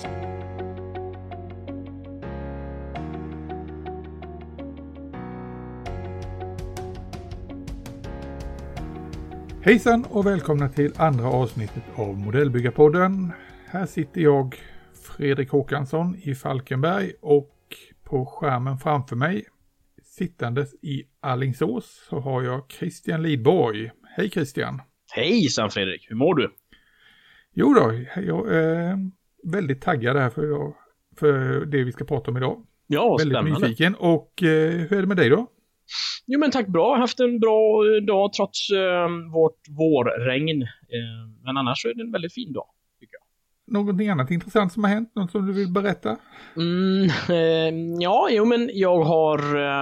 Hejsan och välkomna till andra avsnittet av Modellbyggarpodden. Här sitter jag, Fredrik Håkansson i Falkenberg, och på skärmen framför mig, sittandes i Alingsås, så har jag Christian Lidborg. Hej Christian! Hejsan Fredrik, hur mår du? Jo då, jag är väldigt taggad här för det vi ska prata om idag. Ja, väldigt spännande. Nyfiken. Och hur är det med dig då? Jo men tack, bra. Jag har haft en bra dag trots vårt vårregn. Men annars är det en väldigt fin dag, tycker jag. Någonting annat intressant som har hänt? Något som du vill berätta? Men jag har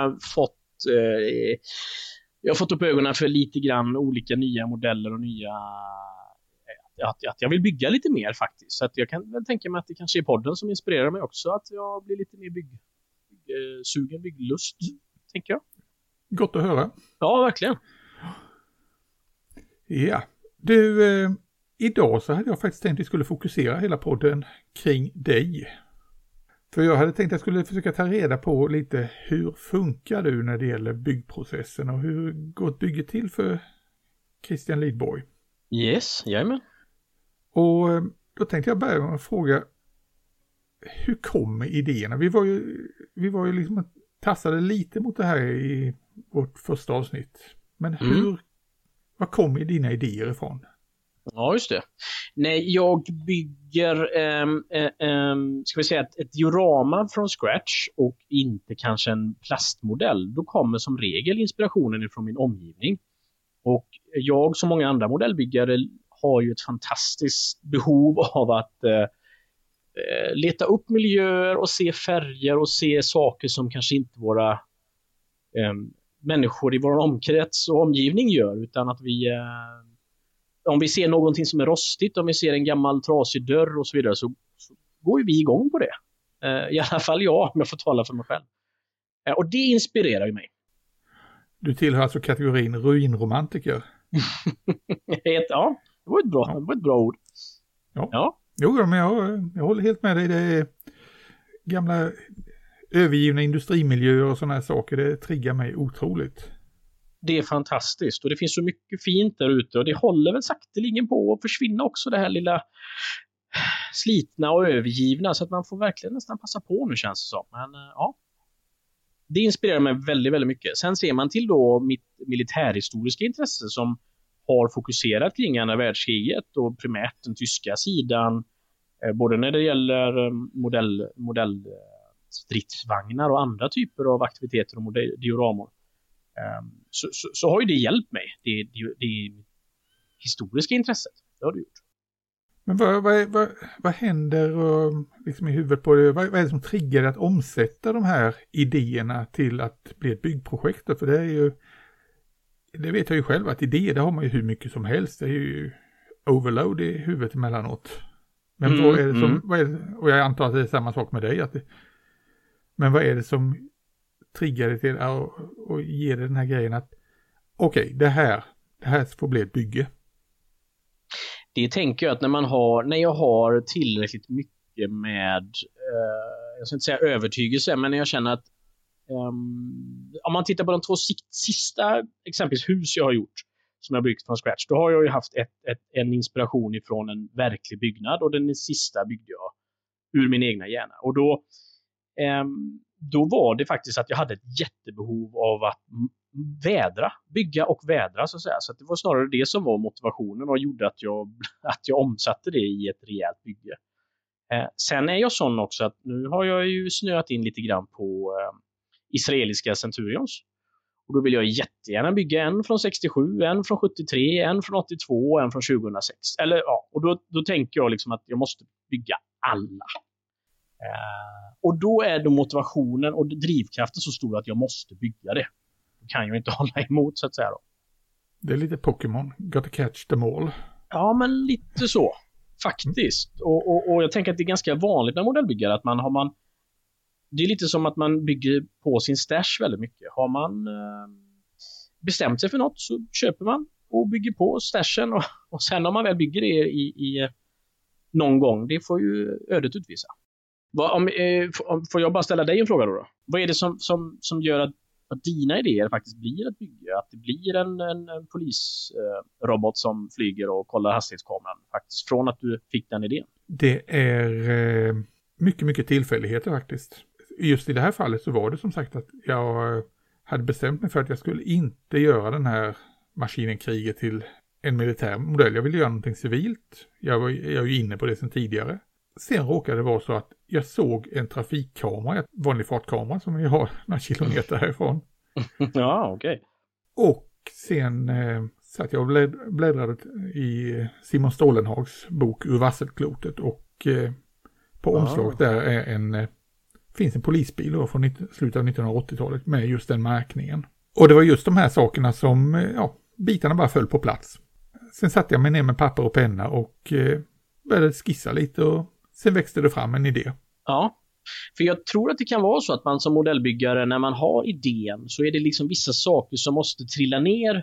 fått upp ögonen för lite grann olika nya modeller och nya... Att jag vill bygga lite mer faktiskt. Så att jag kan väl tänka mig att det kanske är podden som inspirerar mig också. Att jag blir lite mer bygglust, tänker jag. Gott att höra. Ja, verkligen. Ja, du, idag så hade jag faktiskt tänkt att vi skulle fokusera hela podden kring dig. För jag hade tänkt att jag skulle försöka ta reda på lite hur funkar du när det gäller byggprocessen och hur går ett bygge till för Christian Lidborg? Yes, jajamän. Och då tänkte jag börja med att fråga, hur kommer idéerna? Vi var ju liksom tassade lite mot det här i vårt första avsnitt. Men var kommer dina idéer ifrån? Ja, just det. Nej, jag bygger ska vi säga ett diorama från scratch och inte kanske en plastmodell. Då kommer som regel inspirationen ifrån min omgivning. Och jag som många andra modellbyggare har ju ett fantastiskt behov av att leta upp miljöer och se färger och se saker som kanske inte våra människor i vår omkrets och omgivning gör, utan att vi om vi ser någonting som är rostigt, om vi ser en gammal trasig dörr och så vidare, så går vi igång på det. I alla fall jag, om jag får tala för mig själv. Och det inspirerar ju mig. Du tillhör alltså kategorin ruinromantiker. Ja, det var ett bra ord. Ja. Jo, men jag håller helt med dig. Det är gamla övergivna industrimiljöer och sådana här saker. Det triggar mig otroligt. Det är fantastiskt och det finns så mycket fint där ute, och det håller väl sakteligen på att försvinna också, det här lilla slitna och övergivna, så att man får verkligen nästan passa på nu, känns det som. Men ja, det inspirerar mig väldigt, väldigt mycket. Sen ser man till då mitt militärhistoriska intresse som har fokuserat kring andra världskriget och primärt den tyska sidan, både när det gäller modellstridsvagnar och andra typer av aktiviteter och dioramor. Så har ju det hjälpt mig. Det historiska intresset. Det har det gjort. Men vad händer liksom i huvudet på det? Vad är det som triggar att omsätta de här idéerna till att bli ett byggprojekt? För det är ju, det vet jag ju själv, att idéer, det har man ju hur mycket som helst. Det är ju overload i huvudet emellanåt. Men vad är det som, och jag antar att det är samma sak med dig. Men vad är det som triggar det till och ger det den här grejen att okej, det här får bli ett bygge? Det tänker jag att när jag har tillräckligt mycket med jag ska inte säga övertygelse, men när jag känner att om man tittar på de två sista exempelvis hus jag har gjort som jag byggt från scratch, då har jag ju haft en inspiration ifrån en verklig byggnad, och den sista byggde jag ur min egna hjärna. Och då var det faktiskt att jag hade ett jättebehov av att bygga och vädra, så att säga. Så att det var snarare det som var motivationen och gjorde att jag omsatte det i ett rejält bygge. Sen är jag sån också att nu har jag ju snöat in lite grann på israeliska Centurions. Och då vill jag jättegärna bygga en från 67, en från 73, en från 82 och en från 2006. Eller ja, och då tänker jag liksom att jag måste bygga alla. Och då är då motivationen och drivkraften så stor att jag måste bygga det. Då kan jag inte hålla emot, så att säga då. Det är lite Pokémon, gotta catch them all. Ja, men lite så faktiskt. Och jag tänker att det är ganska vanligt med modellbyggare att det är lite som att man bygger på sin stash väldigt mycket. Har man bestämt sig för något så köper man och bygger på stashen, och sen om man väl bygger det någon gång, det får ju ödet utvisa. Får jag bara ställa dig en fråga då? Vad är det som gör att dina idéer faktiskt blir ett bygge? Att det blir en polisrobot som flyger och kollar hastighetskameran faktiskt, från att du fick den idén? Det är mycket, mycket tillfälligheter faktiskt. Just i det här fallet så var det som sagt att jag hade bestämt mig för att jag skulle inte göra den här maskinen kriget till en militär modell. Jag ville göra någonting civilt. Jag är ju inne på det sedan tidigare. Sen råkade det vara så att jag såg en trafikkamera, en vanlig fartkamera som vi har några kilometer härifrån. Ja, okej. Och sen satt jag och bläddrade i Simon Stålenhags bok Ur Vasselklotet, och på omslag där finns en polisbil då från slutet av 1980-talet med just den märkningen. Och det var just de här sakerna som, bitarna bara föll på plats. Sen satte jag mig ner med papper och penna och började skissa lite, och sen växte det fram en idé. Ja, för jag tror att det kan vara så att man som modellbyggare, när man har idén, så är det liksom vissa saker som måste trilla ner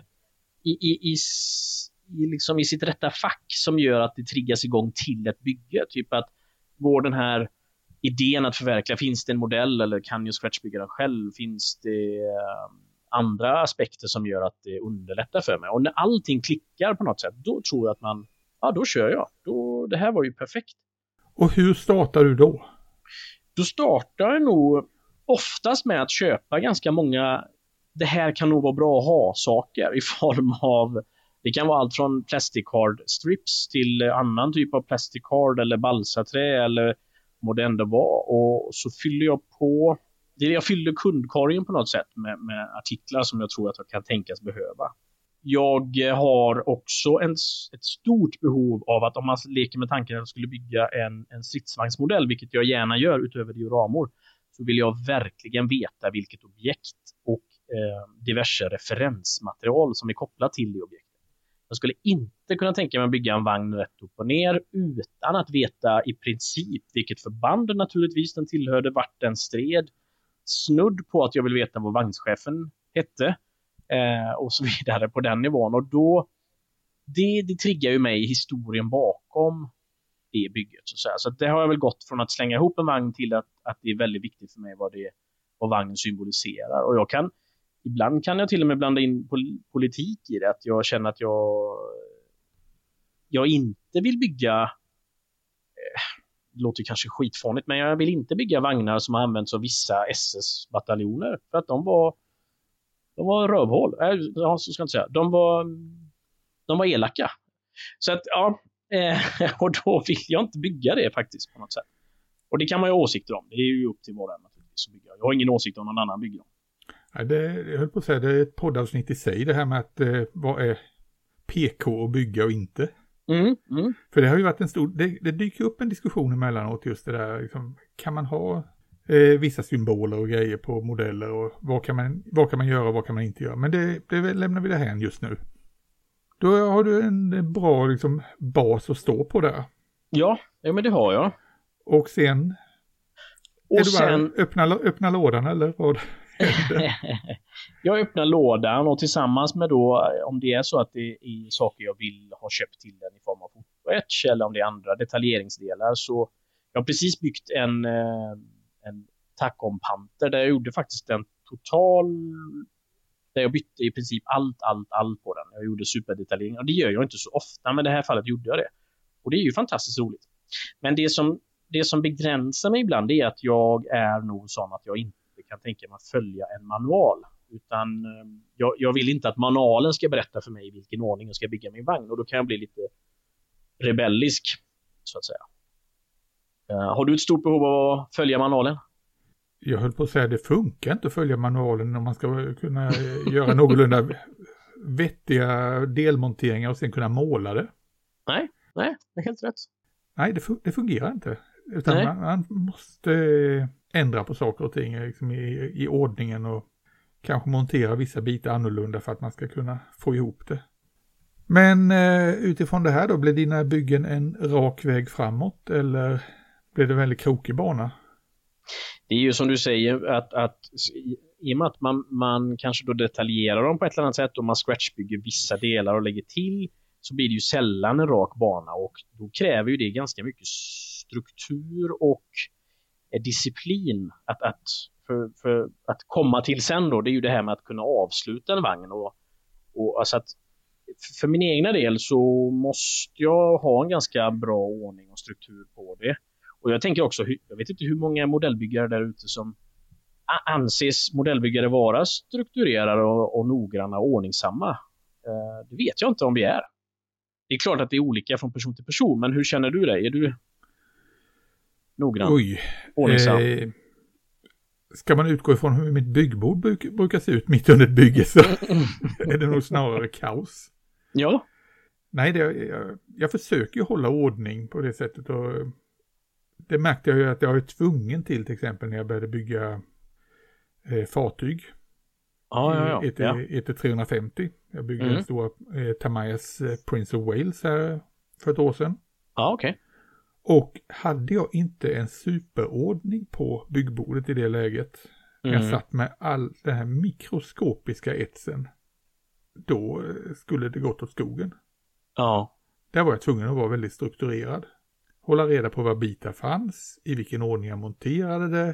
i sitt rätta fack, som gör att det triggas igång till ett bygge. Typ att går den här idén att förverkliga, finns det en modell eller kan ju Scratch bygga den själv? Finns det andra aspekter som gör att det underlättar för mig? Och när allting klickar på något sätt, då tror jag att då kör jag. Det här var ju perfekt. Och hur startar du då? Då startar jag nog oftast med att köpa ganska många, det här kan nog vara bra att ha saker i form av, det kan vara allt från plastic card strips till annan typ av plastic card eller balsaträ eller vad det ändå var. Och så fyller jag på, jag fyller kundkorgen på något sätt med artiklar som jag tror att jag kan tänkas behöva. Jag har också ett stort behov av att, om man leker med tanken att jag skulle bygga en stridsvagnsmodell, vilket jag gärna gör utöver dioramor, så vill jag verkligen veta vilket objekt och diverse referensmaterial som är kopplat till det objektet. Jag skulle inte kunna tänka mig att bygga en vagn rätt upp och ner utan att veta i princip vilket förband naturligtvis den tillhörde, vart den stred, snudd på att jag vill veta vad vagnschefen hette. Och så vidare på den nivån. Och då det triggar ju mig i historien bakom det bygget. Så det har jag väl gått från att slänga ihop en vagn till att det är väldigt viktigt för mig vad vagnen symboliserar. Och ibland kan jag till och med blanda in politik i det. Att jag känner att jag inte vill bygga, det låter kanske skitfånigt, men jag vill inte bygga vagnar som har använts av vissa SS-bataljoner. För att de var rövhål. Så ska jag inte säga. De var elaka. Så att, och då vill jag inte bygga det faktiskt på något sätt. Och det kan man ju ha åsikter om. Det är ju upp till var och en naturligtvis att bygga. Jag har ingen åsikt om någon annan bygger dem. Jag höll på att säga, det är ett poddavsnitt i sig, det här med att vad är PK att bygga och inte. För det har ju varit det dyker upp en diskussion emellanåt just det där, liksom, kan man ha vissa symboler och grejer på modeller, och vad kan man göra och vad kan man inte göra. Men det lämnar vi det här just nu. Då har du en bra liksom, bas att stå på där. Ja, men det har jag. Och sen är det bara öppna lådan eller vad? Jag öppnar lådan och tillsammans med då, om det är så att det är saker jag vill ha köpt till den i form av fotoetch eller om det är andra detaljeringsdelar, så jag har precis byggt en Tacom-panter där jag gjorde faktiskt en där jag bytte i princip allt på den. Jag gjorde superdetaljering och det gör jag inte så ofta, men i det här fallet gjorde jag det. Och det är ju fantastiskt roligt. Men det som begränsar mig ibland är att jag är nog sån att jag inte kan tänka mig att följa en manual. Utan jag vill inte att manualen ska berätta för mig i vilken ordning jag ska bygga min vagn. Och då kan jag bli lite rebellisk, så att säga. Har du ett stort behov av att följa manualen? Jag höll på att säga att det funkar inte att följa manualen om man ska kunna göra någorlunda vettiga delmonteringar och sen kunna måla det. Nej, det är helt rätt. Nej, det fungerar inte. Utan man måste ändra på saker och ting liksom i ordningen och kanske montera vissa bitar annorlunda för att man ska kunna få ihop det. Men utifrån det här då, blir dina byggen en rak väg framåt eller blir det väldigt krokig bana? Det är ju som du säger att i och med att man kanske då detaljerar dem på ett eller annat sätt och man scratchbygger vissa delar och lägger till, så blir det ju sällan en rak bana, och då kräver ju det ganska mycket struktur och disciplin för att komma till sen då. Det är ju det här med att kunna avsluta en vagn, och alltså att för min egna del så måste jag ha en ganska bra ordning och struktur på det. Och jag tänker också, jag vet inte hur många modellbyggare där ute som anses modellbyggare vara strukturerade och noggranna och ordningsamma. Det vet jag inte om vi är. Det är klart att det är olika från person till person, men hur känner du dig? Är du noggrann? Ordningsam? Ska man utgå ifrån hur mitt byggbord brukar se ut mitt under ett bygge, så är det nog snarare kaos. Ja. Nej, jag försöker ju hålla ordning på det sättet, och det märkte jag ju att jag är tvungen till exempel när jag började bygga fartyg. Ja. ET350. Jag byggde en stor Tamayas Prince of Wales här för ett år sedan. Ja, okej. Och hade jag inte en superordning på byggbordet i det läget, jag satt med all den här mikroskopiska etsen, då skulle det gått åt skogen. Ja. Där var jag tvungen att vara väldigt strukturerad. Hålla reda på vad bitar fanns, i vilken ordning jag monterade det,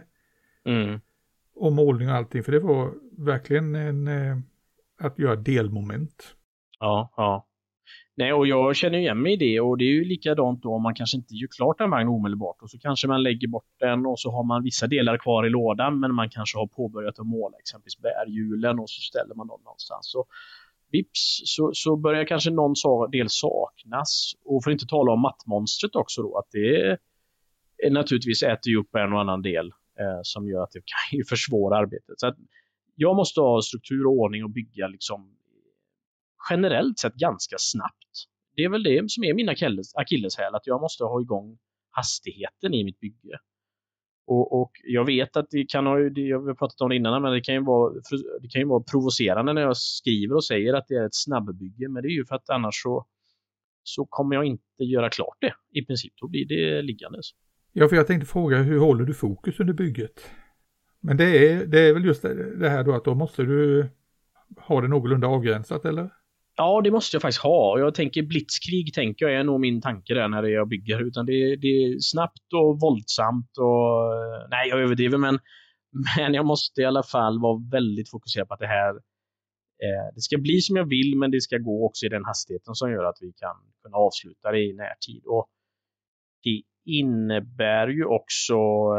och målning och allting, för det var verkligen att göra delmoment. Ja. Nej, och jag känner igen mig i det, och det är ju likadant då om man kanske inte gör klart en vagn omedelbart, och så kanske man lägger bort den och så har man vissa delar kvar i lådan, men man kanske har påbörjat att måla exempelvis bärhjulen, och så ställer man dem någonstans. Så vips så börjar kanske någon del saknas, och för att inte tala om mattmonstret också då, att det är naturligtvis äter ju upp en och annan del som gör att det kan ju försvåra arbetet. Så att jag måste ha struktur och ordning och bygga liksom generellt sett ganska snabbt. Det är väl det som är min akilleshäl, att jag måste ha igång hastigheten i mitt bygge. Och jag vet att det kan ha, jag har pratat om det innan, men det kan ju vara provocerande när jag skriver och säger att det är ett snabbbygge, men det är ju för att annars så kommer jag inte göra klart det. I princip då blir det liggandes. Ja, för jag tänkte fråga, hur håller du fokus under bygget? Men det är väl just det här då, att då måste du ha det någorlunda avgränsat, eller? Ja, det måste jag faktiskt ha. Jag tänker blitzkrig, tänker jag, är nog min tanke där när jag bygger. Utan det är snabbt och våldsamt och... Nej, jag överdriver, men jag måste i alla fall vara väldigt fokuserad på att det här... det ska bli som jag vill, men det ska gå också i den hastigheten som gör att vi kan kunna avsluta det i närtid. Och det innebär ju också...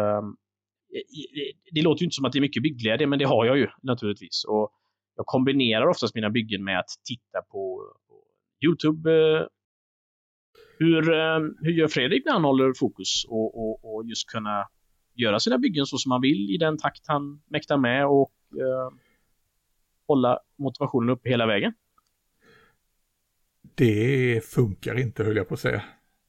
det låter ju inte som att det är mycket byggläge, men det har jag ju naturligtvis. Och jag kombinerar oftast mina byggen med att titta på YouTube. Hur gör Fredrik när han håller fokus och just kunna göra sina byggen så som han vill i den takt han mäktar med, och hålla motivationen uppe hela vägen? Det funkar inte, höll jag på att säga.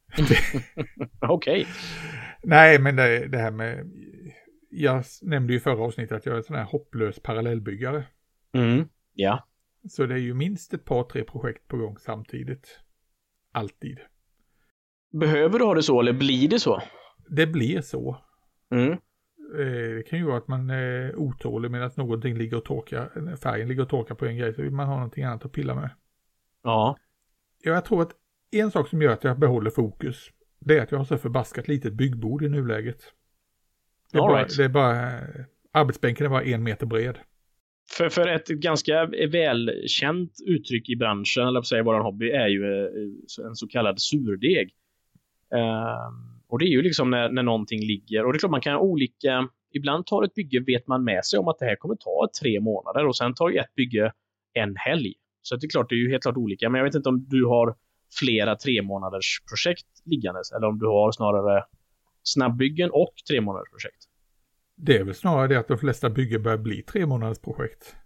Okej. Nej, men det här med... Jag nämnde ju i förra avsnittet att jag är en sån här hopplös parallellbyggare. Ja. Så det är ju minst ett par, 3 projekt på gång samtidigt. Alltid. Behöver du ha det så, eller blir det så? Det blir så. Det kan ju vara att man är otålig medan någonting ligger och torkar, färgen ligger och torkar på en grej, så vill man ha någonting annat att pilla med. Ja. Jag tror att en sak som gör att jag behåller fokus, det är att jag har så förbaskat litet byggbord i nuläget. Det är bara arbetsbänken är bara 1 meter bred. För ett ganska välkänt uttryck i branschen, eller säga våran hobby, är ju en så kallad surdeg. Och det är ju liksom när någonting ligger, och det är klart man kan ha olika, ibland tar ett bygge, vet man med sig om att det här kommer ta 3 månader, och sen tar ju ett bygge en helg. Så det är klart, det är ju helt klart olika, men jag vet inte om du har flera 3 månaders projekt liggandes, eller om du har snarare snabbbyggen och 3 månaders projekt. Det är väl snarare det att de flesta byggen börjar bli 3 månaders projekt.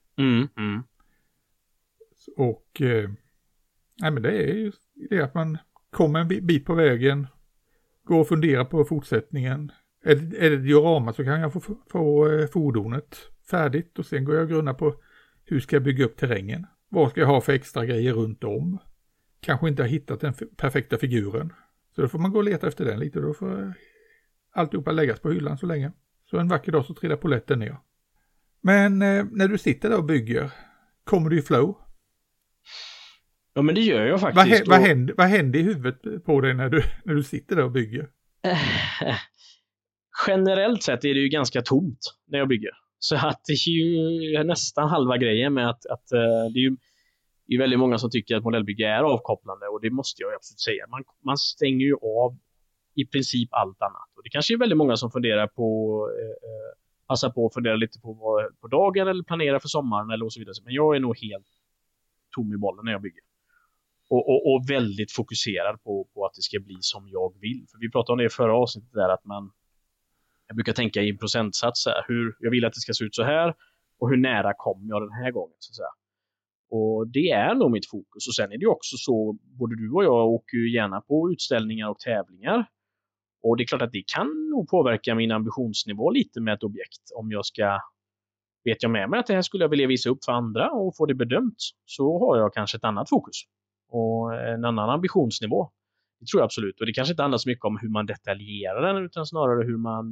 Och nej, men det är ju det att man kommer en bit på vägen, går och funderar på fortsättningen. Är det diorama så kan jag få fordonet färdigt, och sen går jag och grunnar på hur ska jag bygga upp terrängen. Vad ska jag ha för extra grejer runt om? Kanske inte har hittat den perfekta figuren. Så då får man gå och leta efter den lite, och då får alltihopa läggas på hyllan så länge. Så en vacker dag så trillar poletten ner. Men när du sitter där och bygger, kommer du i flow? Ja, men det gör jag faktiskt. Vad händer i huvudet på dig när du sitter där och bygger? Generellt sett är det ju ganska tomt när jag bygger. Så att det är ju nästan halva grejen med att det är ju väldigt många som tycker att modellbygge är avkopplande, och det måste jag absolut säga. Man stänger ju av i princip allt annat. Och det kanske är väldigt många som funderar på passa på att fundera lite på dagen eller planera för sommaren eller och så vidare. Men jag är nog helt tom i bollen när jag bygger. Och väldigt fokuserad på att det ska bli som jag vill. För vi pratade om det i förra avsnittet där, att jag brukar tänka i en procentsats här, hur jag vill att det ska se ut så här och hur nära kommer jag den här gången, så att säga. Och det är nog mitt fokus. Och sen är det också så, både du och jag åker ju gärna på utställningar och tävlingar. Och det är klart att det kan nog påverka min ambitionsnivå lite med ett objekt. Om vet jag med mig att det här skulle jag vilja visa upp för andra och få det bedömt, så har jag kanske ett annat fokus och en annan ambitionsnivå. Det tror jag absolut. Och det kanske inte handlar så mycket om hur man detaljerar den, utan snarare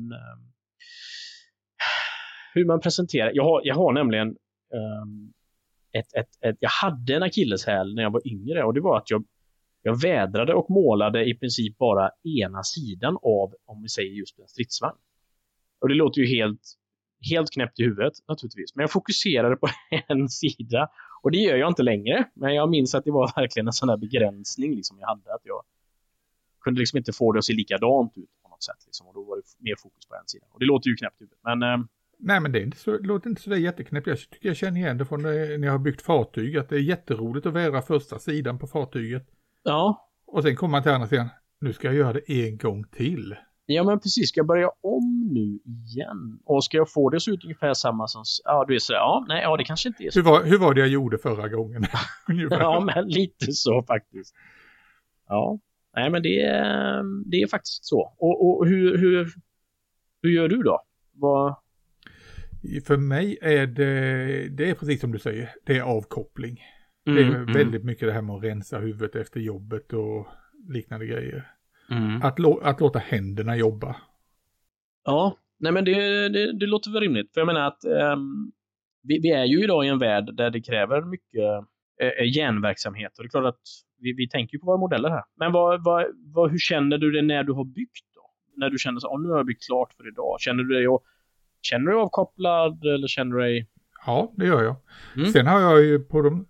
hur man presenterar. Jag har nämligen jag hade en akilleshäl när jag var yngre, och det var att jag vädrade och målade i princip bara ena sidan av, om vi säger just en stridsvagn. Och det låter ju helt knäppt i huvudet naturligtvis. Men jag fokuserade på en sida. Och det gör jag inte längre. Men jag minns att det var verkligen en sån där begränsning liksom jag hade. Att jag kunde liksom inte få det att se likadant ut på något sätt. Liksom. Och då var det mer fokus på en sida. Och det låter ju knäppt i huvudet. Men, nej, men det låter inte så där jätteknäppt. Jag tycker jag känner igen det från när jag har byggt fartyg. Att det är jätteroligt att vära första sidan på fartyget. Ja. Och sen kommer man till andra sidan. Nu ska jag göra det en gång till. Ja, men precis. Ska jag börja om nu igen? Och ska jag få det så ut ungefär samma som... Ja, du är sådär. Det kanske inte är så. Hur var det jag gjorde förra gången? Ja, men lite så faktiskt. Ja. Nej, men det är faktiskt så. Och hur gör du då? För mig är det är precis som du säger. Det är avkoppling. Det är väldigt mycket det här med att rensa huvudet efter jobbet och liknande grejer. Att låta händerna jobba. Ja, nej men det låter väl rimligt. För jag menar att vi är ju idag i en värld där det kräver mycket hjärnverksamhet. Och det är klart att vi tänker ju på våra modeller här. Men hur känner du det när du har byggt då? När du känner så, nu har jag byggt klart för idag. Känner du dig avkopplad eller känner du dig... Ja, det gör jag. Sen har jag ju på de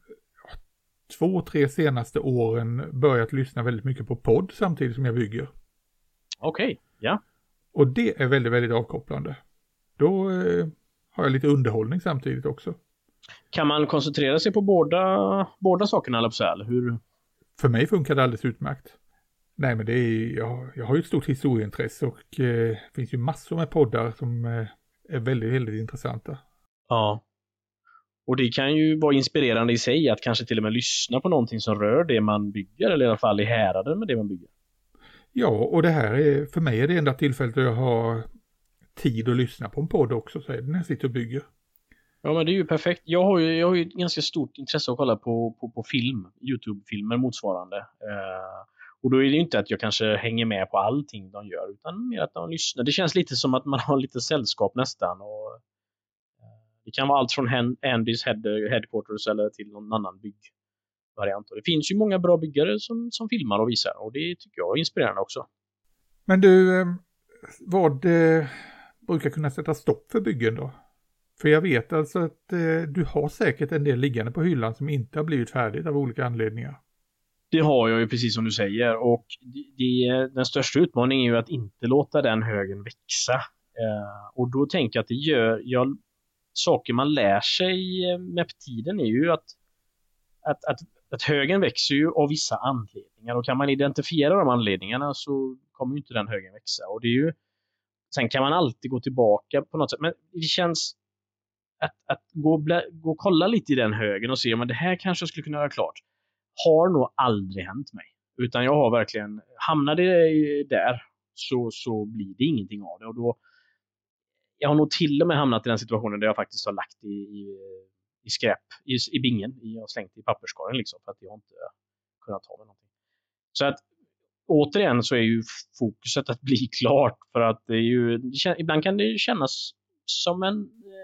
2-3 senaste åren börjat lyssna väldigt mycket på podd samtidigt som jag bygger. Okej, ja. Och det är väldigt, väldigt avkopplande. Då har jag lite underhållning samtidigt också. Kan man koncentrera sig på båda sakerna eller hur? För mig funkar det alldeles utmärkt. Nej, men jag har ju ett stort historieintresse och det finns ju massor med poddar som är väldigt, väldigt intressanta. Ja. Och det kan ju vara inspirerande i sig att kanske till och med lyssna på någonting som rör det man bygger, eller i alla fall i häraden med det man bygger. Ja, och det här för mig är det enda tillfället då jag har tid att lyssna på en podd också, så är det när jag sitter och bygger. Ja, men det är ju perfekt. Jag har ju ett ganska stort intresse att kolla på film, YouTube-filmer motsvarande. Och då är det ju inte att jag kanske hänger med på allting de gör, utan mer att de lyssnar. Det känns lite som att man har lite sällskap nästan, och det kan vara allt från Andys headquarters eller till någon annan byggvariant. Och det finns ju många bra byggare som filmar och visar, och det tycker jag är inspirerande också. Men du, vad brukar kunna sätta stopp för byggen då? För jag vet alltså att du har säkert en del liggande på hyllan som inte har blivit färdigt av olika anledningar. Det har jag ju, precis som du säger, och den största utmaningen är ju att inte låta den högen växa. Och då tänker jag att det gör saker man lär sig med tiden är ju att högen växer ju av vissa anledningar, och kan man identifiera de anledningarna så kommer ju inte den högen växa. Och det är ju, sen kan man alltid gå tillbaka på något sätt, men det känns att gå och kolla lite i den högen och se om det här kanske jag skulle kunna göra klart, har nog aldrig hänt mig, utan jag har verkligen hamnat där så blir det ingenting av det. Och då jag har nog till och med hamnat i den situationen där jag faktiskt har lagt i skräp i bingen, jag har slängt i papperskorgen liksom, för att jag inte kunnat ta med någonting. Så att återigen så är ju fokuset att bli klart, för att det är ju ibland kan det kännas som en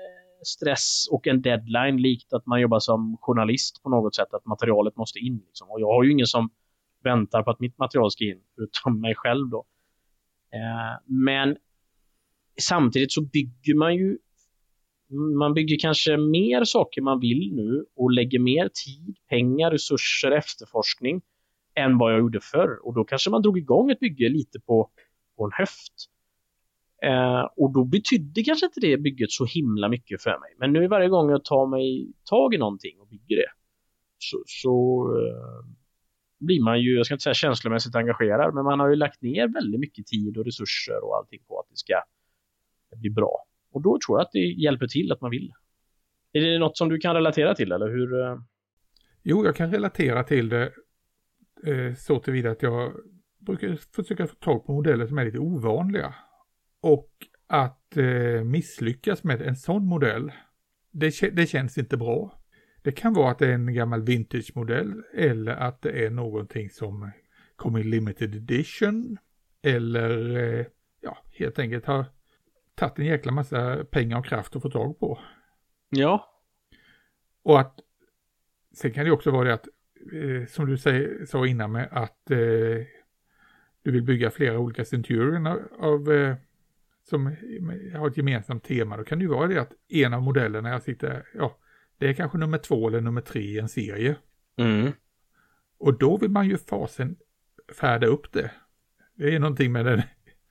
stress och en deadline, likt att man jobbar som journalist på något sätt, att materialet måste in. Liksom. Och jag har ju ingen som väntar på att mitt material ska in, utom mig själv då. Men samtidigt så bygger man bygger kanske mer saker man vill nu och lägger mer tid, pengar, resurser, efterforskning än vad jag gjorde förr. Och då kanske man drog igång ett bygge lite på en höft. Och då betydde kanske inte det bygget så himla mycket för mig. Men nu varje gång jag tar mig tag i någonting och bygger det så blir man ju, jag ska inte säga känslomässigt engagerad, men man har ju lagt ner väldigt mycket tid och resurser och allting på att det ska bli bra. Och då tror jag att det hjälper till att man vill. Är det något som du kan relatera till, eller hur? Jo, jag kan relatera till det så tillvida att jag brukar försöka få tag på modeller som är lite ovanliga. Och att misslyckas med en sån modell, det känns inte bra. Det kan vara att det är en gammal vintage-modell, eller att det är någonting som kommer i limited edition, eller helt enkelt har tagit en jäkla massa pengar och kraft att få tag på. Ja. Och att sen kan det också vara det att, som du sa innan med att du vill bygga flera olika Centurion som har ett gemensamt tema. Då kan det ju vara det att en av modellerna jag sitter, det är kanske nummer 2 eller nummer 3 i en serie. Mm. Och då vill man ju fasen färda upp det. Det är någonting med den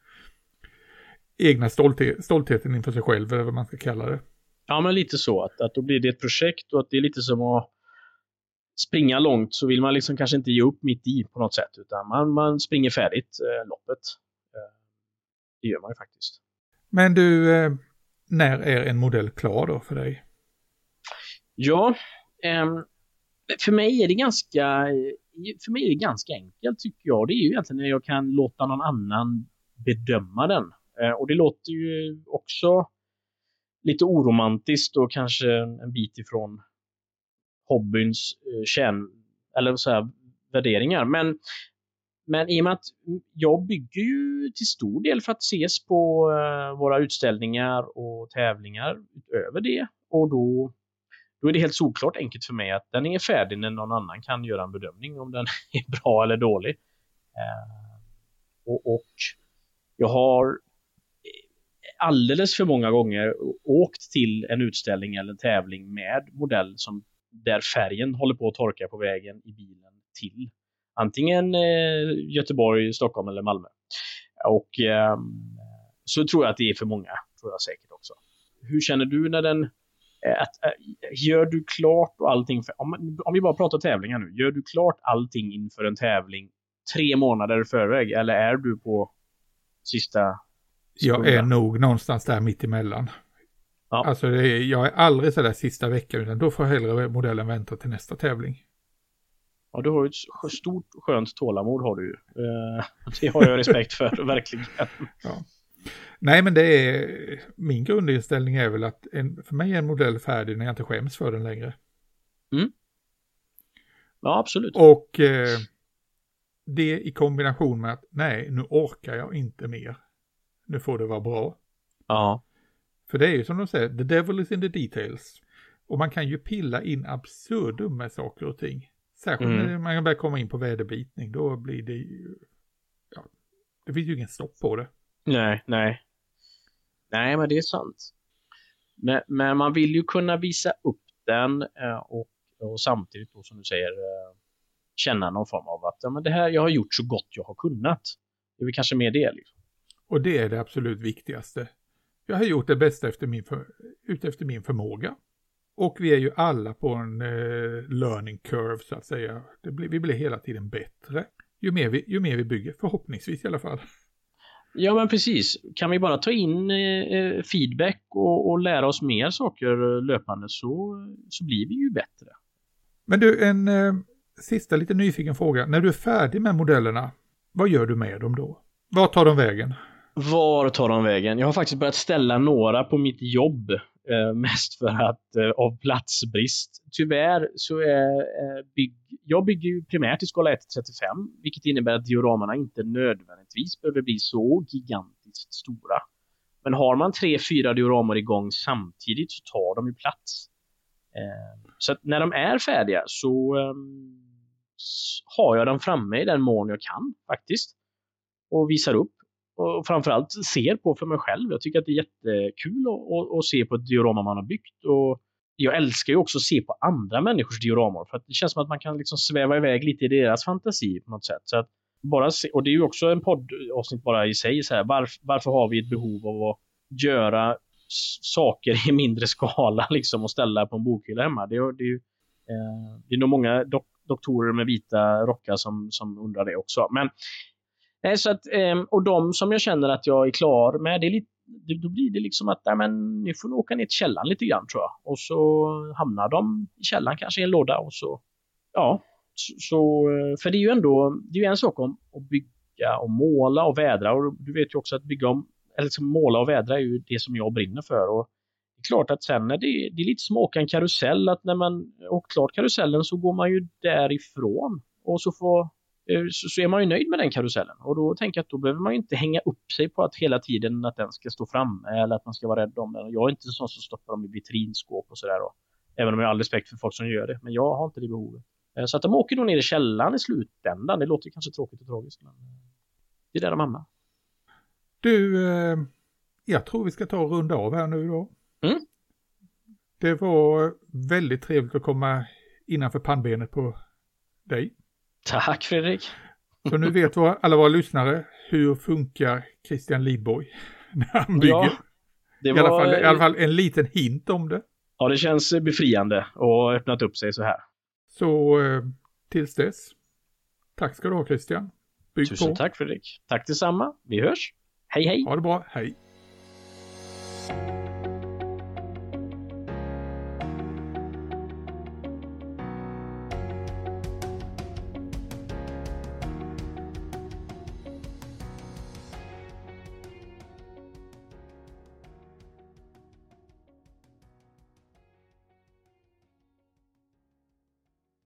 egna stoltheten inför sig själv, eller vad man ska kalla det. Ja, men lite så. Att då blir det ett projekt och att det är lite som att springa långt, så vill man liksom kanske inte ge upp mitt i på något sätt, utan man springer färdigt loppet. Det gör man ju faktiskt. Men du, när är en modell klar då för dig? Ja, för mig är det ganska enkelt tycker jag. Det är ju egentligen när jag kan låta någon annan bedöma den. Och det låter ju också lite oromantiskt och kanske en bit ifrån hobbyns eller så här, värderingar. Men i och med att jag bygger ju till stor del för att ses på våra utställningar och tävlingar utöver det. Och då är det helt såklart enkelt för mig att den är färdig när någon annan kan göra en bedömning om den är bra eller dålig. Och jag har alldeles för många gånger åkt till en utställning eller en tävling med modell där färgen håller på att torka på vägen i bilen till antingen Göteborg, Stockholm eller Malmö. Och så tror jag att det är för många, tror jag säkert också. Hur känner du när den gör du klart och allting om vi bara pratar tävlingar nu, gör du klart allting inför en tävling 3 månader i förväg, eller är du på sista Jag är nog någonstans där mitt emellan. Ja. Alltså jag är aldrig så där sista veckan, utan då får hellre modellen vänta till nästa tävling. Ja, du har ju ett stort skönt tålamod har du ju. Det har jag respekt för, verkligen. Ja. Nej, men det är min grundinställning är väl att för mig är en modell färdig när jag inte skäms för den längre. Mm. Ja, absolut. Och det i kombination med att nej, nu orkar jag inte mer. Nu får det vara bra. Ja. För det är ju som de säger, the devil is in the details. Och man kan ju pilla in absurdum med saker och ting. Särskilt när man börjar komma in på väderbitning. Då blir det ju... Ja, det finns ju ingen stopp på det. Nej, men det är sant. Men man vill ju kunna visa upp den och samtidigt då, som du säger, känna någon form av att men det här, jag har gjort så gott jag har kunnat. Det är väl kanske mer det liksom. Och det är det absolut viktigaste. Jag har gjort det bästa efter min förmåga. Och vi är ju alla på en learning curve så att säga. Vi blir hela tiden bättre. Ju mer vi bygger, förhoppningsvis i alla fall. Ja, men precis. Kan vi bara ta in feedback och lära oss mer saker löpande så blir vi ju bättre. Men du, en sista lite nyfiken fråga. När du är färdig med modellerna, vad gör du med dem då? Var tar de vägen? Var tar de vägen? Jag har faktiskt börjat ställa några på mitt jobb. Mest för att av platsbrist. Tyvärr så jag bygger ju primärt i skala 1-35, vilket innebär att dioramerna inte nödvändigtvis behöver bli så gigantiskt stora. Men har man 3-4 dioramor igång samtidigt så tar de ju plats. Så att när de är färdiga så har jag dem framme i den mån jag kan faktiskt. Och visar upp. Och framförallt ser på för mig själv. Jag tycker att det är jättekul att se på ett diorama man har byggt. Och jag älskar ju också att se på andra människors dioramor. För att det känns som att man kan liksom sväva iväg lite i deras fantasi på något sätt. Så att bara se, och det är ju också en poddavsnitt bara i sig. Så här, varför har vi ett behov av att göra saker i mindre skala liksom, och ställa på en bokhylla hemma? Det är nog många doktorer med vita rockar som undrar det också. Men så att, och de som jag känner att jag är klar med, då blir det liksom att ni får åka ner till källan lite grann tror jag. Och så hamnar de i källan kanske i en låda och så, ja. Så, för det är ju ändå, det är ju en sak om att bygga och måla och vädra. Och du vet ju också att måla och vädra är ju det som jag brinner för. Och det är klart att sen det är lite som att åka en karusell. Att när man åkt klart karusellen så går man ju därifrån. Och så är man ju nöjd med den karusellen. Och då tänker jag att då behöver man ju inte hänga upp sig på att hela tiden att den ska stå framme eller att man ska vara rädd om den. Jag är inte sån som stoppar dem i vitrinskåp och sådär då. Även om jag har all respekt för folk som gör det. Men jag har inte det behovet. Så att de åker nog ner i källaren i slutändan. Det låter kanske tråkigt och tragiskt. Men det är där de hamnar. Du, jag tror vi ska ta och runda av här nu då. Mm. Det var väldigt trevligt att komma innanför pannbenet på dig. Tack Fredrik. Så nu vet alla våra lyssnare hur funkar Christian Lidborg när han bygger. Ja, I alla fall en liten hint om det. Ja, det känns befriande och öppnat upp sig så här. Så tills dess. Tack ska du ha Christian. Tusen tack Fredrik. Tack detsamma. Vi hörs. Hej hej. Ha det bra. Hej.